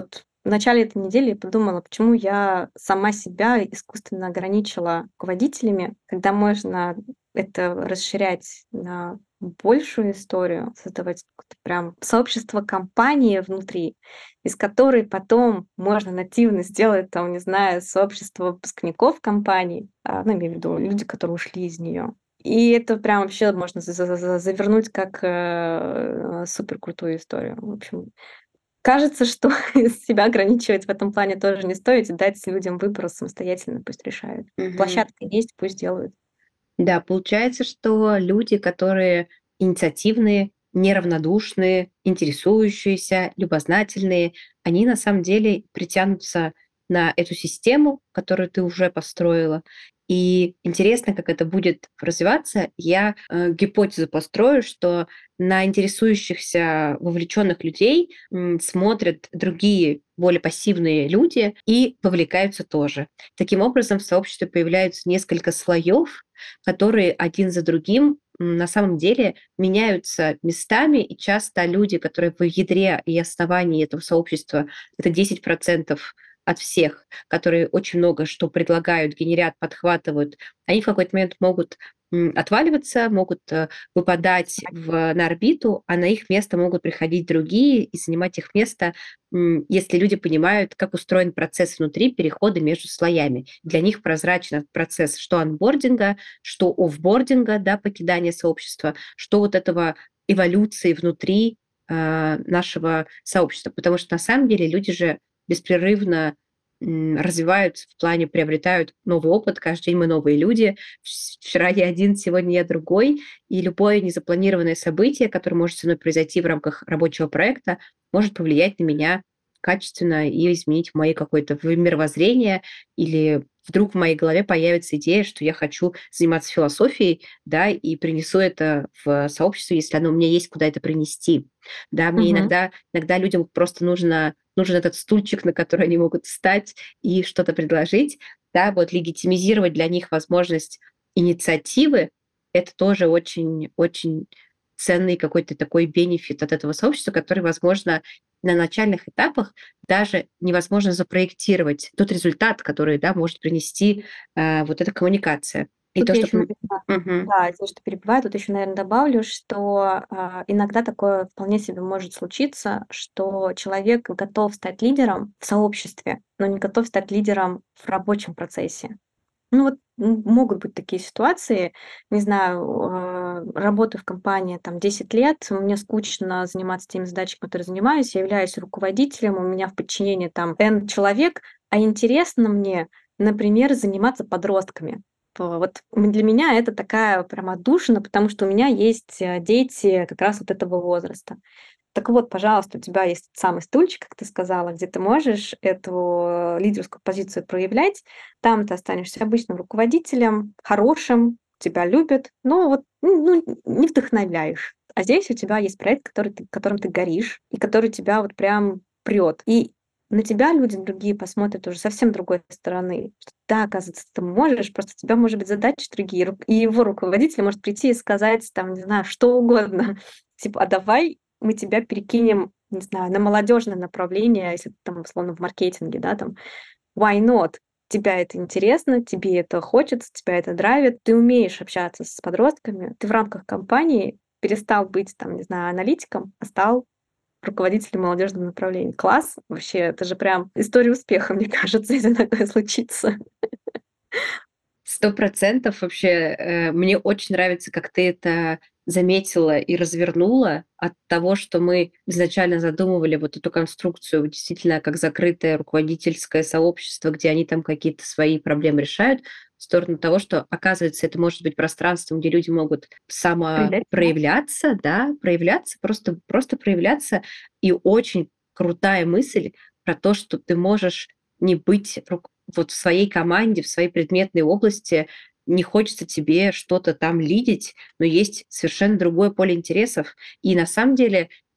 начале этой недели я подумала, почему я сама себя искусственно ограничила руководителями, когда можно это расширять на большую историю, создавать какое-то прям сообщество компании внутри, из которой потом можно нативно сделать, там, не знаю, сообщество выпускников компании, а, ну, имею в виду люди, которые ушли из нее. И это прям вообще можно за за за завернуть как, э, суперкрутую историю. В общем, кажется, что себя ограничивать в этом плане тоже не стоит, и дать людям выбор самостоятельно, пусть решают. Мгм. Площадка есть, пусть делают. Да, получается, что люди, которые инициативные, неравнодушные, интересующиеся, любознательные, они на самом деле притянутся на эту систему, которую ты уже построила. И интересно, как это будет развиваться. Я э, гипотезу построю, что на интересующихся, вовлеченных людей м, смотрят другие более пассивные люди и вовлекаются тоже. Таким образом, в сообществе появляются несколько слоев, которые один за другим м, на самом деле меняются местами, и часто люди, которые в ядре и основании этого сообщества, это десять процентов от всех, которые очень много что предлагают, генерят, подхватывают, они в какой-то момент могут м, отваливаться, могут э, выпадать в, на орбиту, а на их место могут приходить другие и занимать их место, м, если люди понимают, как устроен процесс внутри перехода между слоями. Для них прозрачен этот процесс что анбординга, что офбординга, да, покидания сообщества, что вот этого эволюции внутри э, нашего сообщества. Потому что на самом деле люди же беспрерывно м, развиваются в плане, приобретают новый опыт. Каждый день мы новые люди. Вс- Вчера я один, сегодня я другой. И любое незапланированное событие, которое может со мной произойти в рамках рабочего проекта, может повлиять на меня качественно и изменить мое какое-то в- мировоззрение, или вдруг в моей голове появится идея, что я хочу заниматься философией, да, и принесу это в сообщество, если оно у меня есть куда это принести. Да, мне Мгм. иногда, иногда людям просто нужно, нужен этот стульчик, на который они могут встать и что-то предложить. Да, вот легитимизировать для них возможность инициативы — это тоже очень, очень ценный какой-то такой бенефит от этого сообщества, который, возможно, на начальных этапах даже невозможно запроектировать тот результат, который, да, может принести э, вот эта коммуникация. И Тут то, я что... еще, пом- Мгм. да, извини, что перебиваю, тут еще, наверное, добавлю, что а, иногда такое вполне себе может случиться, что человек готов стать лидером в сообществе, но не готов стать лидером в рабочем процессе. Ну вот м, могут быть такие ситуации, не знаю, э, работаю в компании там десять лет, мне скучно заниматься теми задачами, которые занимаюсь, я являюсь руководителем, у меня в подчинении там N человек, а интересно мне, например, заниматься подростками. П- Вот м, для меня это такая прям отдушина, потому что у меня есть э, дети как раз вот этого возраста. Так вот, пожалуйста, у тебя есть тот самый стульчик, как ты сказала, где ты можешь эту лидерскую позицию проявлять. Там ты останешься обычным руководителем, хорошим, тебя любят, но вот ну, ну, не вдохновляешь. А здесь у тебя есть проект, который ты, которым ты горишь, и который тебя вот прям прет. И на тебя люди другие посмотрят уже совсем другой стороны. Что да, оказывается, ты можешь, просто у тебя, может быть, задачи другие. Ру- И его руководитель может прийти и сказать, там, не знаю, что угодно. Типа, а давай мы тебя перекинем, не знаю, на молодежное направление, если ты там, условно, в маркетинге, да, там, why not? Тебя это интересно, тебе это хочется, тебя это драйвит, ты умеешь общаться с подростками, ты в рамках компании перестал быть, там, не знаю, аналитиком, а стал руководителем молодежного направления. Класс! Вообще, это же прям история успеха, мне кажется, если такое случится. Сто процентов вообще, э, мне очень нравится, как ты это заметила и развернула от того, что мы изначально задумывали вот эту конструкцию действительно как закрытое руководительское сообщество, где они там какие-то свои проблемы решают, в сторону того, что, оказывается, это может быть пространством, где люди могут Проявлять себя. самопроявляться, да, проявляться, просто, просто проявляться. И очень крутая мысль про то, что ты можешь не быть рук вот в своей команде, в своей предметной области, не хочется тебе что-то там лидить, но есть совершенно другое поле интересов. И на самом деле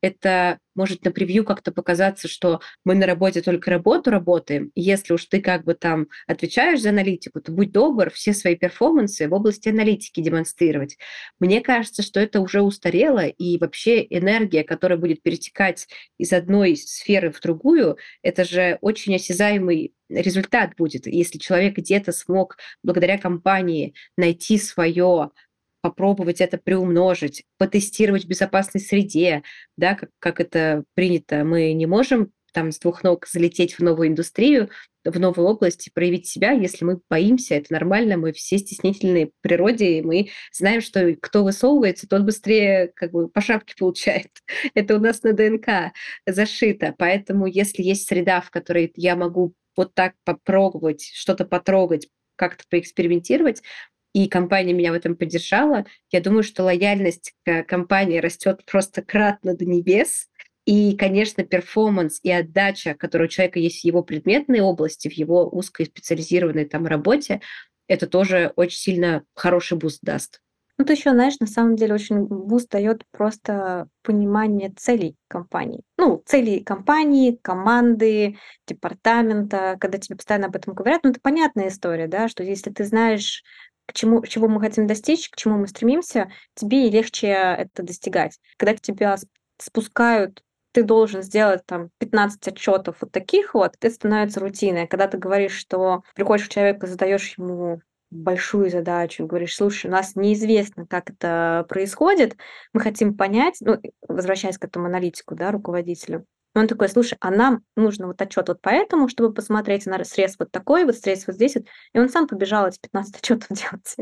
это может на превью как-то показаться, что мы на работе только работу работаем. И если уж ты как бы там отвечаешь за аналитику, то будь добр все свои перформансы в области аналитики демонстрировать. Мне кажется, что это уже устарело, и вообще энергия, которая будет перетекать из одной сферы в другую, это же очень осязаемый результат будет. Если человек где-то смог благодаря компании найти свое, попробовать это приумножить, потестировать в безопасной среде, да, как, как это принято. Мы не можем там с двух ног залететь в новую индустрию, в новую область и проявить себя, если мы боимся. Это нормально, мы все стеснительные по природе, и мы знаем, что кто высовывается, тот быстрее как бы по шапке получает. Это у нас на ДНК зашито. Поэтому если есть среда, в которой я могу вот так попробовать, что-то потрогать, как-то поэкспериментировать, и компания меня в этом поддержала, я думаю, что лояльность к компании растет просто кратно до небес. И, конечно, перформанс и отдача, которая у человека есть в его предметной области, в его узкой специализированной там работе, это тоже очень сильно хороший буст даст. Ну, ты еще, знаешь, на самом деле очень буст дает просто понимание целей компании. Ну, целей компании, команды, департамента, когда тебе постоянно об этом говорят. Ну, это понятная история, да, что если ты знаешь, к чему, чего мы хотим достичь, к чему мы стремимся, тебе и легче это достигать. Когда тебя с- спускают, ты должен сделать там пятнадцать отчетов вот таких вот, это становится рутиной. Когда ты говоришь, что приходишь к человеку, задаешь ему большую задачу, говоришь: "Слушай, у нас неизвестно, как это происходит, мы хотим понять". Ну, и возвращаясь к этому аналитику, да, руководителю. Он такой: "Слушай, а нам нужно вот отчет вот поэтому, чтобы посмотреть на срез вот такой, вот срез вот здесь вот". И он сам побежал эти пятнадцать отчетов делать.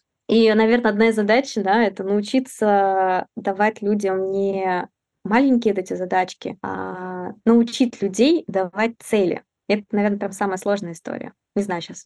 И, наверное, одна из задач, да, это научиться давать людям не маленькие вот эти задачки, а научить людей давать цели. Это, наверное, прям самая сложная история. Не знаю, сейчас.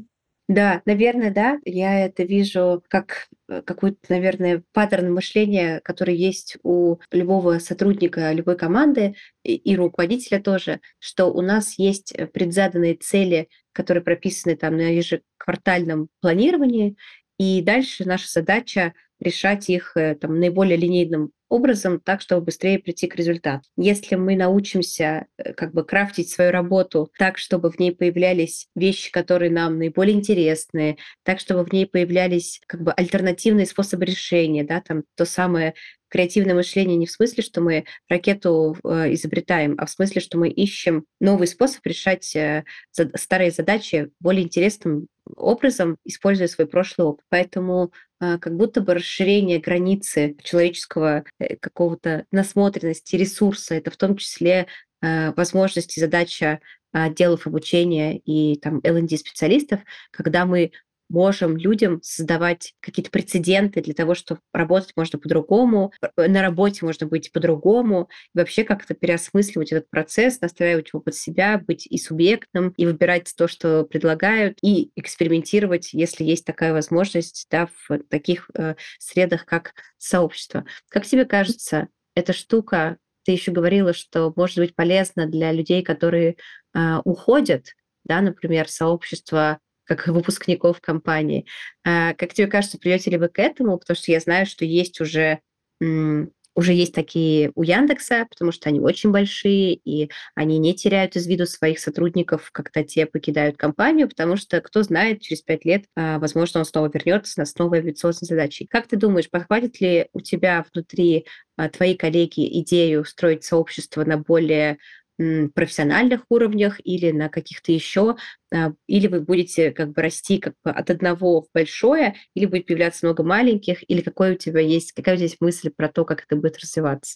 Да, наверное, да. Я это вижу как, э, какой-то, наверное, паттерн мышления, который есть у любого сотрудника любой команды и и руководителя тоже, что у нас есть, э, предзаданные цели, которые прописаны там на ежеквартальном планировании, и дальше наша задача решать их, э, там наиболее линейным образом, так, чтобы быстрее прийти к результату. Если мы научимся, э, как бы крафтить свою работу так, чтобы в ней появлялись вещи, которые нам наиболее интересны, так, чтобы в ней появлялись как бы альтернативные способы решения, да, там то самое креативное мышление не в смысле, что мы ракету э, изобретаем, а в смысле, что мы ищем новый способ решать э, зад- старые задачи более интересным образом, используя свой прошлый опыт. Поэтому а, как будто бы расширение границы человеческого э, какого-то насмотренности, ресурса, это в том числе э, возможности, задача отделов обучения и там L and D-специалистов, когда мы можем людям создавать какие-то прецеденты для того, чтобы работать можно по-другому, э, на работе можно быть по-другому, и вообще как-то переосмысливать этот процесс, настраивать его под себя, быть и субъектом, и выбирать то, что предлагают, и экспериментировать, если есть такая возможность, да, в таких э, средах, как сообщество. Как тебе кажется, эта штука, ты еще говорила, что может быть полезна для людей, которые а, уходят, да, например, сообщество как выпускников компании. А, как тебе кажется, придете ли вы к этому? Потому что я знаю, что есть уже, м, уже есть такие у Яндекса, потому что они очень большие, и они не теряют из виду своих сотрудников, когда те покидают компанию, потому что, кто знает, через пять лет, а, возможно, он снова вернется с новой авиационной задачей. Как ты думаешь, подхватит ли у тебя внутри а, твои коллеги идею строить сообщество на более м, профессиональных уровнях или на каких-то еще, а, или вы будете как бы расти как бы от одного в большое, или будет появляться много маленьких, или какой у тебя есть, какая у тебя есть мысль про то, как это будет развиваться?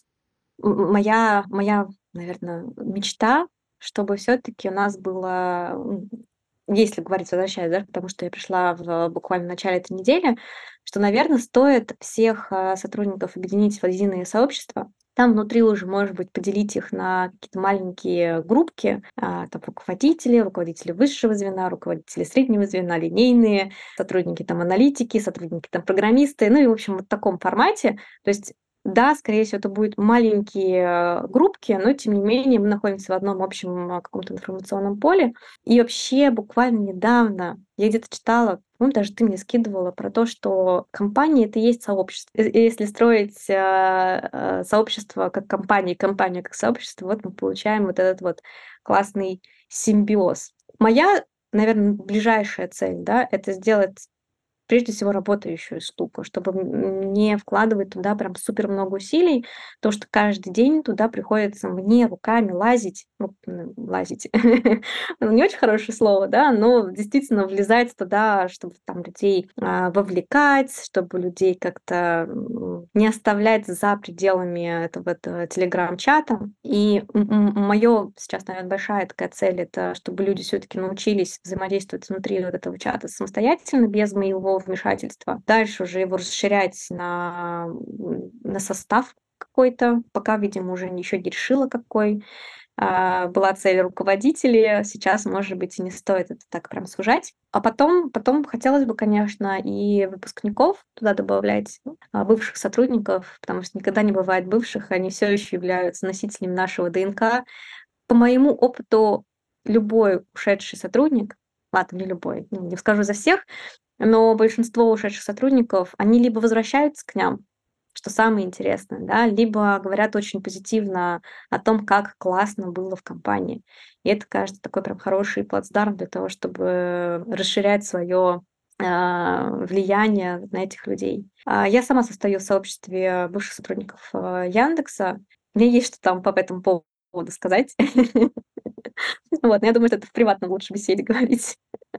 М моя моя, наверно, мечта, чтобы все таки у нас было, м, если говорить, возвращаясь, да, потому что я пришла в буквально в начале этой недели, что, наверно, стоит всех, а, сотрудников объединить в единое сообщество. Там внутри уже, может быть, поделить их на какие-то маленькие группки, а, там руководители, руководители высшего звена, руководители среднего звена, линейные, сотрудники там аналитики, сотрудники там программисты. Ну и, в общем, вот в таком формате. То есть Да, скорее всего, это будут маленькие группки, но тем не менее мы находимся в одном общем а, каком-то информационном поле. И вообще буквально недавно я где-то читала, по-моему, даже ты мне скидывала про то, что компания — это и есть сообщество. Э, Если строить а, а, сообщество как компания, и компания как сообщество, вот мы получаем вот этот вот классный симбиоз. Моя, наверное, ближайшая цель, да, это сделать прежде всего работающую штуку, чтобы м, не вкладывать туда прям супер много усилий, то, что каждый день туда приходится мне руками лазить, ну, м, лазить, ну, не очень хорошее слово, да, но действительно влезать туда, чтобы там людей а, вовлекать, чтобы людей как-то м, не оставлять за пределами этого, этого телеграм-чата. И мое сейчас, наверное, большая такая цель — это чтобы люди все-таки научились взаимодействовать внутри вот этого чата самостоятельно, без моего вмешательства. Дальше уже его расширять на, м, на состав какой-то, пока, видимо, уже еще не решила, какой. А, была цель руководителей, сейчас, может быть, и не стоит это так прям сужать. А потом, потом хотелось бы, конечно, и выпускников туда добавлять, ну, а, бывших сотрудников, потому что никогда не бывает бывших, они все еще являются носителями нашего д н к. По моему опыту, любой ушедший сотрудник, ладно, не любой, ну, не скажу за всех, но большинство ушедших сотрудников, они либо возвращаются к нам, что самое интересное, да, либо говорят очень позитивно о том, как классно было в компании. И это, кажется, такой прям хороший плацдарм для того, чтобы расширять свое влияние на этих людей. А, Я сама состою в сообществе бывших сотрудников а, Яндекса. Мне есть что там по этому поводу сказать. Вот, но я думаю, что это в приватном лучше беседе говорить.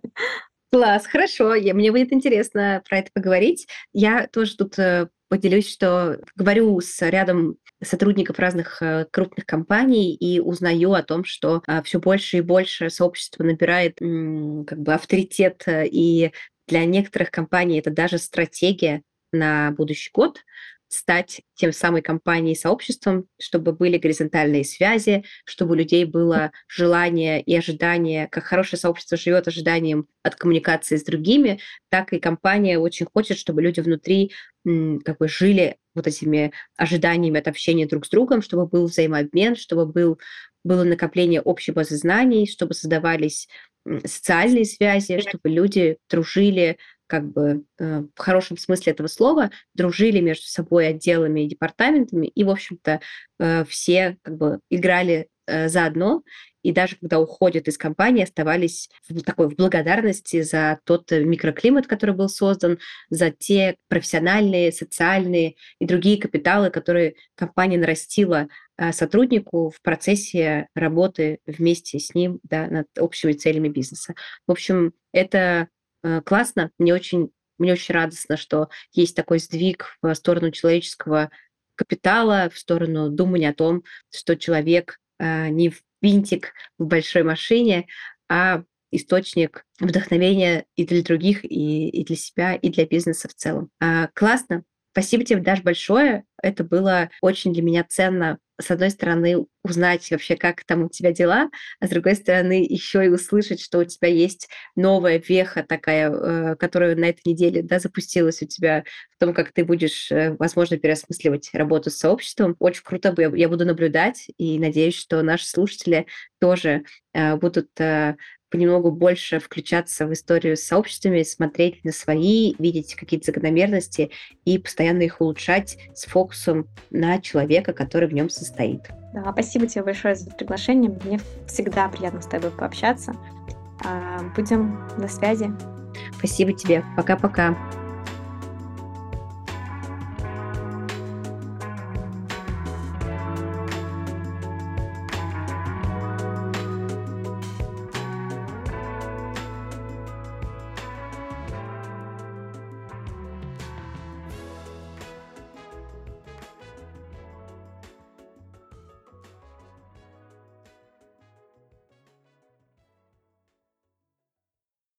Класс, хорошо. Я, мне будет интересно про это поговорить. Я тоже тут э, поделюсь, что говорю с рядом сотрудников разных э, крупных компаний и узнаю о том, что все больше и больше сообщество набирает м, как бы авторитет, э, и для некоторых компаний это даже стратегия на будущий год стать тем самой компанией, сообществом, чтобы были горизонтальные связи, чтобы у людей было желание и ожидание, как хорошее сообщество живет ожиданием от коммуникации с другими, так и компания очень хочет, чтобы люди внутри м, как бы жили вот этими ожиданиями от общения друг с другом, чтобы был взаимообмен, чтобы был, было накопление общей базы знаний, чтобы создавались м, социальные связи, чтобы люди дружили как бы э, в хорошем смысле этого слова, дружили между собой отделами и департаментами, и, в общем-то, э, все как бы играли э, заодно, и даже когда уходят из компании, оставались в такой в благодарности за тот э, микроклимат, который был создан, за те профессиональные, социальные и другие капиталы, которые компания нарастила э, сотруднику в процессе работы вместе с ним, да, над общими целями бизнеса. В общем, это э, классно. Мне очень, мне очень радостно, что есть такой сдвиг в сторону человеческого капитала, в сторону думания о том, что человек э, не винтик в большой машине, а источник вдохновения и для других, и, и для себя, и для бизнеса в целом. А, классно. Спасибо тебе, Даш, большое. Это было очень для меня ценно. С одной стороны, узнать вообще, как там у тебя дела, а с другой стороны, еще и услышать, что у тебя есть новая веха такая, э, которая на этой неделе, да, запустилась у тебя в том, как ты будешь, э, возможно, переосмысливать работу с сообществом. Очень круто, я я буду наблюдать и надеюсь, что наши слушатели тоже э, будут э, понемногу больше включаться в историю с сообществами, смотреть на свои, видеть какие-то закономерности и постоянно их улучшать с фокусом на человека, который в нем состоит. Да, спасибо тебе большое за приглашение. Мне всегда приятно с тобой пообщаться. А, Будем на связи. Спасибо тебе. Пока-пока.